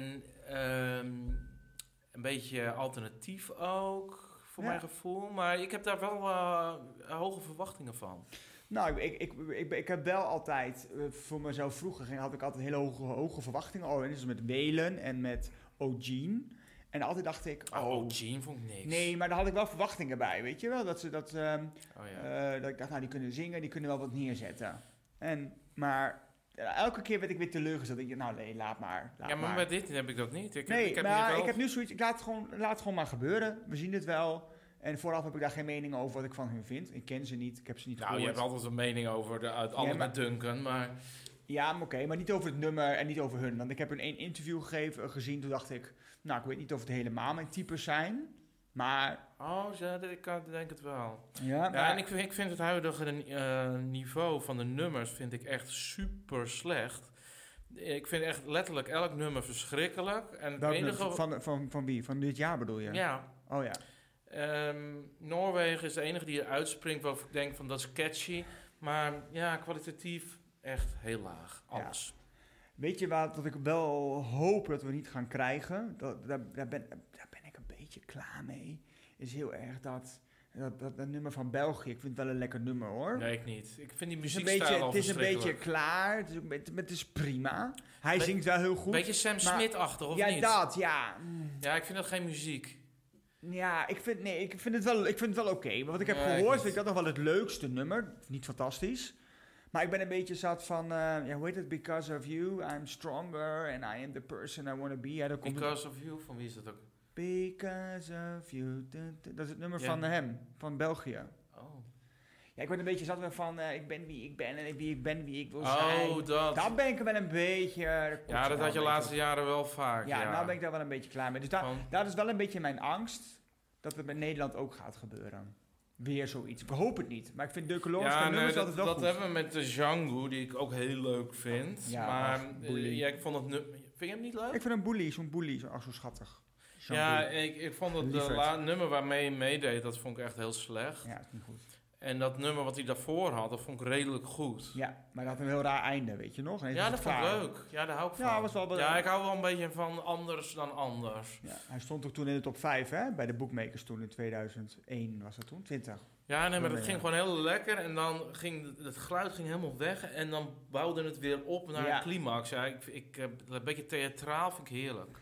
um, een beetje alternatief ook, voor ja. mijn gevoel. Maar ik heb daar wel uh, hoge verwachtingen van. Nou, ik, ik, ik, ik, ik heb wel altijd, uh, voor mezelf vroeger had ik altijd hele hoge, hoge verwachtingen. Oh, en dus met Welen en met O'Gene. En altijd dacht ik... Oh, oh O'Gene vond ik niks. Nee, maar daar had ik wel verwachtingen bij, weet je wel? Dat ze dat... Um, oh, ja. uh, dat ik dacht, nou, die kunnen zingen, die kunnen wel wat neerzetten. En, maar... Elke keer werd ik weer teleurgesteld. Ik dacht, nou nee, laat maar. Laat ja, maar, maar met dit heb ik dat niet. Ik nee, heb, ik heb maar wel... ik heb nu zoiets... Ik laat het, gewoon, laat het gewoon maar gebeuren. We zien het wel. En vooraf heb ik daar geen mening over wat ik van hun vind. Ik ken ze niet, ik heb ze niet nou, gehoord. Nou, je hebt altijd een mening over de, uit alle ja, met Duncan, maar... Ja, maar oké, okay, maar niet over het nummer en niet over hun. Want ik heb hun één interview gegeven, gezien, toen dacht ik... Nou, ik weet niet of het helemaal mijn types zijn, maar... Oh, ja, ik denk het wel. Ja, ja maar... en ik, ik vind het huidige uh, niveau van de nummers vind ik echt super slecht. Ik vind echt letterlijk elk nummer verschrikkelijk. En het enige... van, van, van, van wie? Van dit jaar bedoel je? Ja. Oh ja. Um, Noorwegen is de enige die er uitspringt waarvan ik denk van dat is catchy. Maar ja, kwalitatief echt heel laag. Alles. Ja. Weet je wat, wat ik wel hoop dat we niet gaan krijgen? Dat, daar, daar, ben, daar ben ik een beetje klaar mee. Is heel erg dat... Dat, dat, dat nummer van België, ik vind het wel een lekker nummer hoor. Nee, ik niet. Ik vind die muziekstijl muziekstijl al Het is een beetje klaar, het is, een beetje, het is prima. Hij Be- zingt wel heel goed. Beetje Sam Smith-achtig, of ja, niet? Ja, dat, ja. Ja, ik vind dat geen muziek. Ja, ik vind, nee, ik vind het wel, ik vind het wel oké. Okay. Maar wat ik heb nee, gehoord, vind ik dat nog wel het leukste nummer. Niet fantastisch. Maar ik ben een beetje zat van, uh, ja, hoe heet het? Because of you, I'm stronger and I am the person I want to be. Ja, dan komt Because het, of you, van wie is dat ook? Because of you. Dat is het nummer ja. van hem, van België. Oh. Ja, ik word een beetje zat weer van, uh, ik ben wie ik ben en wie ik ben wie ik wil oh, zijn. Oh, dat. Daar ben ik er wel een beetje... Uh, ja, dat had je de laatste op. jaren wel vaak. Ja, ja, nou ben ik daar wel een beetje klaar mee. Dus daar, van, daar is wel een beetje mijn angst dat het in Nederland ook gaat gebeuren. Weer zoiets. Ik hoop het niet. Maar ik vind de ecologische ja, nummers nee, altijd wel dat goed. Dat hebben we met de Django, die ik ook heel leuk vind. Ja, maar ach, uh, ja, ik vond het... Nu- vind je hem niet leuk? Ik vind een bully, zo'n bully, zo, ach, zo schattig. Ja, ik, ik vond het de la- nummer waarmee hij meedeed, dat vond ik echt heel slecht. Ja, dat is niet goed. En dat nummer wat hij daarvoor had, dat vond ik redelijk goed. Ja, maar dat had een heel raar einde, weet je nog? En ja, dat vond ik leuk. Ja, daar hou ik van. Ja, was wel be- ja, ik hou wel een beetje van anders dan anders. Ja, hij stond ook toen in de top vijf, hè? Bij de Bookmakers toen in tweeduizend één was dat toen, twintig. Ja, nee, maar dat ging gewoon heel lekker. En dan ging het geluid ging helemaal weg. En dan bouwde het weer op naar ja. een climax. Ja, ik, ik, een beetje theatraal vind ik heerlijk.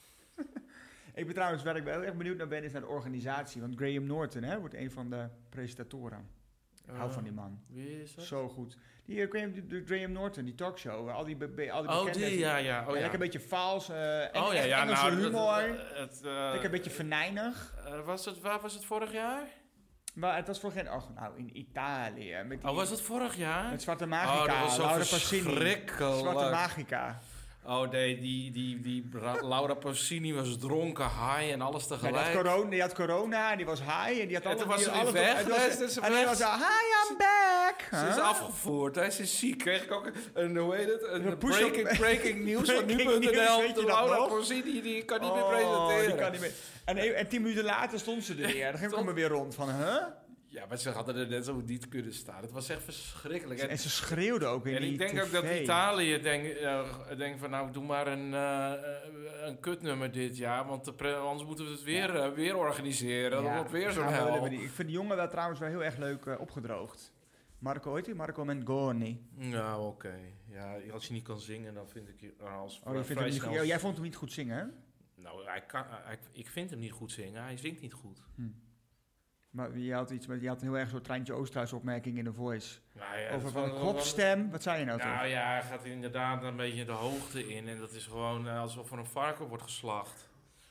Ik ben trouwens, waar ik wel echt benieuwd naar ben, is naar de organisatie. Want Graham Norton, hè, wordt een van de presentatoren. Ik uh, hou van die man. Wie is dat? Zo goed. Die uh, Graham, de Graham Norton, die talkshow. Al die, be, be, al die oh, die, ja, ja. Oh, ja. Lekker een beetje vals. Uh, en, oh, ja, ja. Engelse nou, humor. Het, het, uh, lekker een beetje venijnig. Uh, was het, waar was het vorig jaar? Maar het was voor geen... Oh, nou, in Italië. Met die, oh, was het vorig jaar? Met Zwarte Magica. Oh, dat was zo Laura verschrikkelijk. Pausini. Zwarte Magica. Oh nee, die, die, die Laura Pausini was dronken, high en alles tegelijk. Ja, die, had corona, die had corona en die was high en die had en alles... toen was ze alles weg. Op, was, dus en hij was zo, hi, I'm back. Ze huh? is afgevoerd, hè? Ze is ziek. Kreeg ik ook een, hoe heet het, een, een breaking, breaking news van nu punt n l. De Laura Pausini, die kan niet oh, meer presenteren. Die kan niet meer. En, en tien minuten later stond ze er weer. Dan ging ik me weer rond van, huh? Ja, maar ze hadden er net zo niet kunnen staan. Het was echt verschrikkelijk. En, en ze schreeuwde ook in en die ik denk T V. ook dat Italië denkt uh, denk van nou, doe maar een, uh, een kutnummer dit jaar. Want de pre- anders moeten we het weer, ja. uh, weer organiseren. Ja, dat wordt weer zo'n hel. Ik vind die jongen wel trouwens wel heel erg leuk uh, opgedroogd. Marco, heet hij? Marco Mengoni. Ja, oké. Okay. Ja, als je niet kan zingen, dan vind ik je als oh, je vindt hem niet goed. Ja, jij vond hem niet goed zingen, hè? Nou, hij kan, hij, ik vind hem niet goed zingen. Hij zingt niet goed. Hm. Maar je had, iets met, je had een heel erg zo'n Treintje Oosterhuis opmerking in de Voice. Nou ja, over van een kopstem. Wat zei je nou, nou toch? Nou ja, hij gaat inderdaad een beetje de hoogte in. En dat is gewoon uh, alsof er een varken wordt geslacht.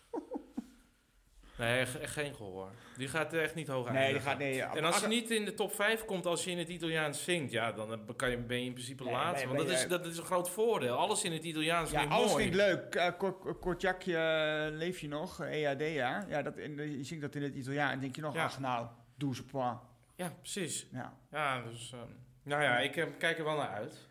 Nee, ge- geen gehoor. Die gaat echt niet hoog eindigen. Nee, die gaat, nee, ja. En als je niet in de top vijf komt als je in het Italiaans zingt, ja, dan kan je, ben je in principe nee, laatste. Want dat is, dat is een groot voordeel. Alles in het Italiaans ja, vind ik mooi. alles vind ik leuk. Uh, Kort, Kortjakje, uh, leef je nog? E A D, ja. ja dat in, je zingt dat in het Italiaans en denk je nog, ja. ach nou, douze point. Ja, precies. Ja, ja dus, um, nou ja, ik uh, kijk er wel naar uit.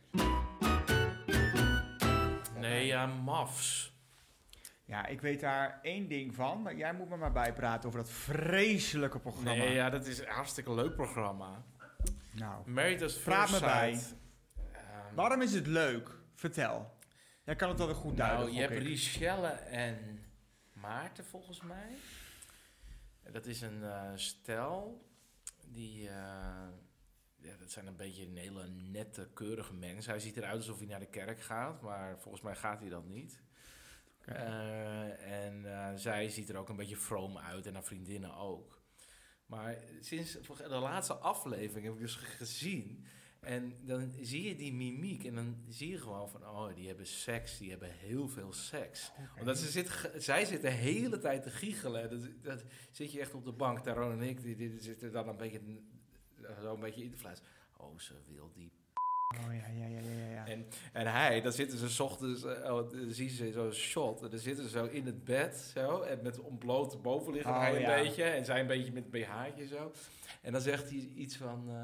Nee, ja, uh, Mavs. Ja, ik weet daar één ding van, maar jij moet me maar bijpraten over dat vreselijke programma. Nee, ja, dat is een hartstikke leuk programma. Nou, Married at praat First me bij. Sight. Um, Waarom is het leuk? Vertel. Jij kan het wel weer goed duiden. Nou, je hebt ik. Richelle en Maarten volgens mij. Dat is een uh, stel die... Uh, ja, dat zijn een beetje een hele nette, keurige mensen. Hij ziet eruit alsof hij naar de kerk gaat, maar volgens mij gaat hij dat niet. Okay. Uh, en uh, zij ziet er ook een beetje vroom uit en haar vriendinnen ook. Maar sinds de laatste aflevering heb ik dus gezien. En dan zie je die mimiek en dan zie je gewoon van, oh, die hebben seks, die hebben heel veel seks. Okay. Omdat ze zit, zij zit de hele tijd te giechelen. Dat, dat zit je echt op de bank, Taron en ik, die, die, die zitten dan een beetje, zo een beetje in te fluisteren. Oh, ze wil die... Oh ja, ja, ja, ja, ja. En, en hij, dan zitten ze 's ochtends, uh, oh, dan zien ze zo'n shot. En dan zitten ze zo in het bed, zo. En met ontblote bovenlichaam, oh, hij een ja. beetje. En zij een beetje met een B H'tje zo. En dan zegt hij iets van... Uh,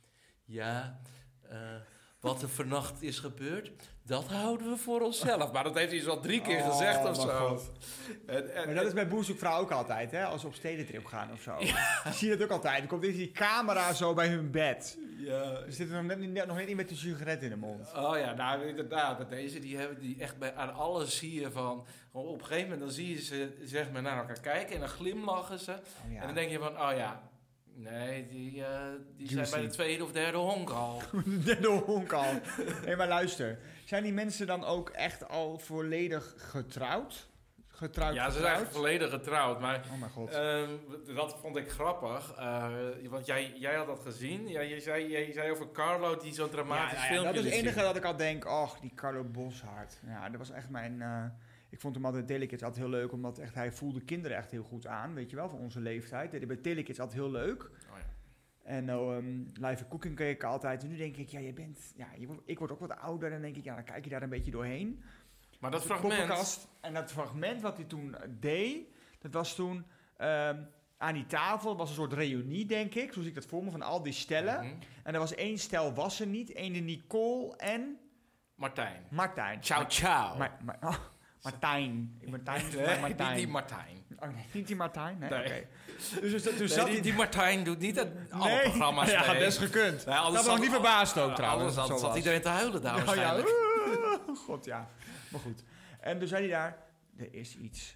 ja, uh, wat er vannacht is gebeurd, dat houden we voor onszelf. Maar dat heeft hij zo drie keer oh, gezegd of zo. En, en, maar dat is bij Boerzoekvrouw ook altijd, hè? Als ze op stedentrip gaan of zo. Ja. Zie je dat ook altijd. Er komt eens die camera zo bij hun bed. Ja. Ze zitten nog net, nog net niet met de sigaret in de mond. Oh ja, nou inderdaad. Met deze, die hebben die echt bij, aan alles zie je van... Op een gegeven moment dan zie je ze zeg maar naar elkaar kijken en dan glimlachen ze. Oh ja. En dan denk je van, oh ja... Nee, die, uh, die zijn bij de tweede of derde honk al. de derde honk al. Hé, maar luister. Zijn die mensen dan ook echt al volledig getrouwd? Getrouwd, ja, ze getrouwd? zijn volledig getrouwd. Maar oh mijn god. Uh, dat vond ik grappig. Uh, want jij, jij had dat gezien. Ja, je, zei, je zei over Carlo die zo'n dramatisch ja, ja, ja, filmpje dat is het enige zien. dat ik al denk. Och, die Carlo Boszhard. Ja, dat was echt mijn... Uh, ik vond hem altijd Telekids altijd heel leuk, omdat echt, hij voelde kinderen echt heel goed aan, weet je wel, van onze leeftijd. Bij Telekids altijd heel leuk. Oh ja. En nou, um, live cooking keek ik altijd. En nu denk ik, ja, je bent... Ja, je wordt, ik word ook wat ouder. En dan denk ik, ja, dan kijk je daar een beetje doorheen. Maar dat fragment... Poppenkast, en dat fragment wat hij toen deed... Dat was toen... Um, aan die tafel was een soort reunie, denk ik. Zo zie ik dat voor me, van al die stellen. Mm-hmm. En er was één stel was er niet. Ene Nicole en... Martijn. Martijn. Ciao, ciao. Ma- ma- oh, Martijn. Martijn. Nee, Martijn. niet die Martijn. Oh, nee, niet die Martijn? Nee, nee. oké. Okay. Dus, dus, dus nee, zat die, die Martijn doet niet het alle nee. programma's ja, mee. Ja, best gekund. Nee, dat was nog niet verbaasd ook, trouwens. Anders zat iedereen te huilen daar waarschijnlijk. Ja, ja. God, ja. Maar goed. En toen zei hij daar... Er is iets...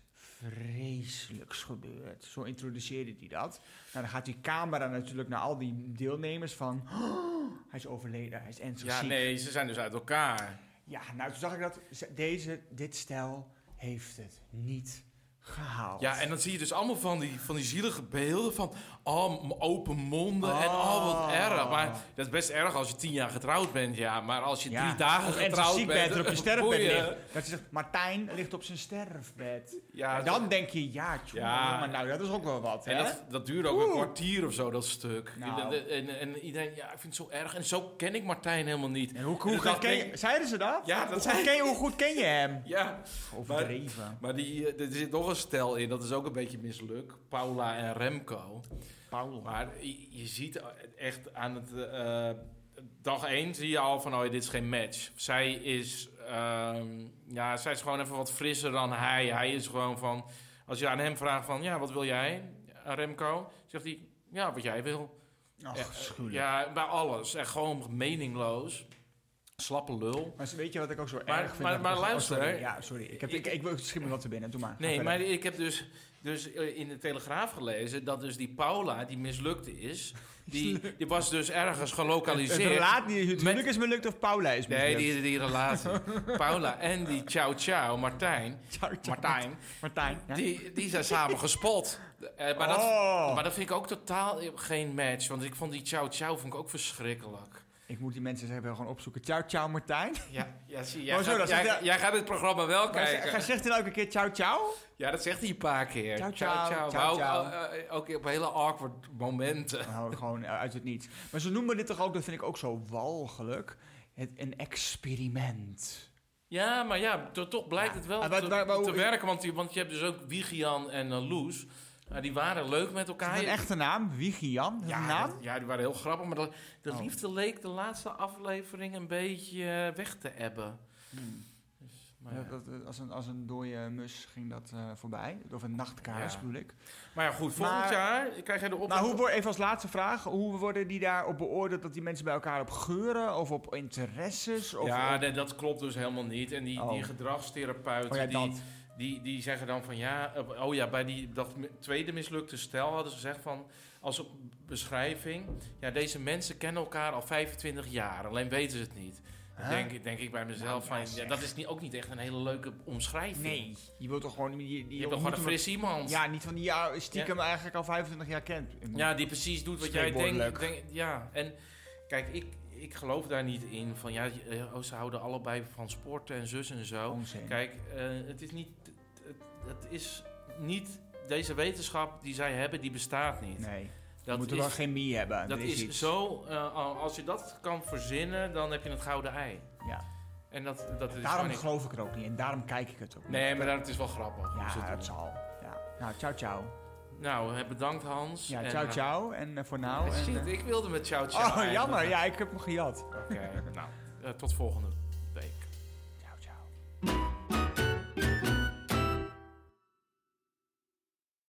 vreselijks gebeurd. Zo introduceerde hij dat. Nou, dan gaat die camera natuurlijk naar al die deelnemers van... Oh, hij is overleden, hij is ernstig Ja, ziek. nee, ze zijn dus uit elkaar. Ja, nou, toen zag ik dat deze, dit stel heeft het niet gehaald. Ja, en dan zie je dus allemaal van die, van die zielige beelden van... Oh, open monden oh. en oh, wat erg. Maar dat is best erg als je tien jaar getrouwd bent, ja. Maar als je ja, drie dagen getrouwd ziek bent... bent, op je sterfbed ligt. Dat je zegt, Martijn ligt op zijn sterfbed. Ja, en dan dat... denk je, ja, tjoe, ja, maar nou, dat is ook wel wat. En hè? dat, dat duurde ook Oeh. een kwartier of zo, dat stuk. Nou. En, en, en iedereen, ja, ik vind het zo erg. En zo ken ik Martijn helemaal niet. En hoe, hoe, hoe ken je, zeiden ze dat? Ja, dat hoe, zei... goed ken je, hoe goed ken je hem? Ja. Overdreven. Maar, maar die, er zit nog een stel in, dat is ook een beetje mislukt. Paula en Remco. Paula. Maar je, je ziet echt aan het... Uh, dag één zie je al van, oh, dit is geen match. Zij is... Uh, ja, zij is gewoon even wat frisser dan hij. Hij is gewoon van... Als je aan hem vraagt van, ja, wat wil jij, Remco? Zegt hij, ja, wat jij wil. Ach, schuwelijk. Ja, bij alles. Echt gewoon meningloos. Slappe lul. Maar weet je wat ik ook zo maar, erg vind? Maar, maar ik luister. Oh, sorry. Ja, sorry. Ik, heb, ik, ik, ik wil schiet me wat te binnen. Doe maar. Nee, maar ik heb dus, dus in de Telegraaf gelezen... dat dus die Paula, die mislukt is... Die, die was dus ergens gelokaliseerd. Het relatie, het huwelijk is mislukt of Paula is mislukt? Nee, die, die relatie. Paula en die Ciao Ciao, Martijn. Ciao, ciao, Martijn. Martijn. Ja? Die, die zijn samen gespot. Uh, maar, dat, oh. maar dat vind ik ook totaal geen match. Want ik vond die Ciao Ciao vond ik ook verschrikkelijk. Ik moet die mensen zeggen, gewoon opzoeken. Ciao, ciao, Martijn. Ja, ja zie je. Jij, zo, gaat, jij, de... jij gaat het programma wel maar kijken. Ga, zegt hij nou ook een keer ciao, ciao? Ja, dat zegt hij een paar keer. Ciao, ciao. ciao, ciao, ciao. Ook, uh, ook op hele awkward momenten. Nou, gewoon uh, uit het niets. Maar ze noemen dit toch ook, dat vind ik ook zo walgelijk, het, een experiment. Ja, maar ja, to, toch blijkt ja. het wel ah, te, waar, waar, te ik... werken. Want, want je hebt dus ook Wigian en uh, Loes. Uh, die waren leuk met elkaar. Is dat een echte naam? Wigian? Ja, naam? Dat, ja, die waren heel grappig. Maar de, de oh. liefde leek de laatste aflevering een beetje uh, weg te ebben. Hmm. Dus, maar ja, ja. Dat, als, een, als een dode mus ging dat uh, voorbij. Of een nachtkaars, ja. bedoel ik. Maar ja, goed. Volgend maar, jaar krijg je de opdracht. Nou, hoe, even als laatste vraag. Hoe worden die daarop beoordeeld dat die mensen bij elkaar op geuren? Of op interesses? Of ja, op... nee, dat klopt dus helemaal niet. En die, oh. die gedragstherapeuten... Oh, ja, die, Die, die zeggen dan van ja, oh ja, bij die dat tweede mislukte stel hadden ze gezegd van als beschrijving, ja, deze mensen kennen elkaar al vijfentwintig jaar, alleen weten ze het niet. Huh? Denk, denk ik bij mezelf nou, van, ja, dat is niet, ook niet echt een hele leuke omschrijving. Nee, je wilt toch gewoon... Die, die je hebt toch gewoon een fris iemand. Ja, niet van die jou stiekem ja. eigenlijk al vijfentwintig jaar kent. Ja, die precies doet wat jij denkt. Denk, ja, en kijk, ik... Ik geloof daar niet in van ja, oh, ze houden allebei van sporten en zus en zo. Onzin. Kijk, uh, het is niet, het, het is niet deze wetenschap die zij hebben, die bestaat niet. Nee. Dat we moeten wel chemie hebben. Dat is, is zo, uh, als je dat kan verzinnen, dan heb je het gouden ei. Ja. En dat, dat is daarom geloof ik er ook niet in. Daarom kijk ik het ook niet. Nee, maar dat, het is wel grappig. Ja, het zal. Ja. Nou, ciao, ciao. Nou, bedankt Hans. Ja, ciao, en, ciao. En uh, voor nou. Shit, en, uh, ik wilde met ciao, ciao. Oh, eigenlijk. Jammer. Ja, ik heb hem gejat. Oké, okay, nou, uh, tot volgende week. Ciao, ciao.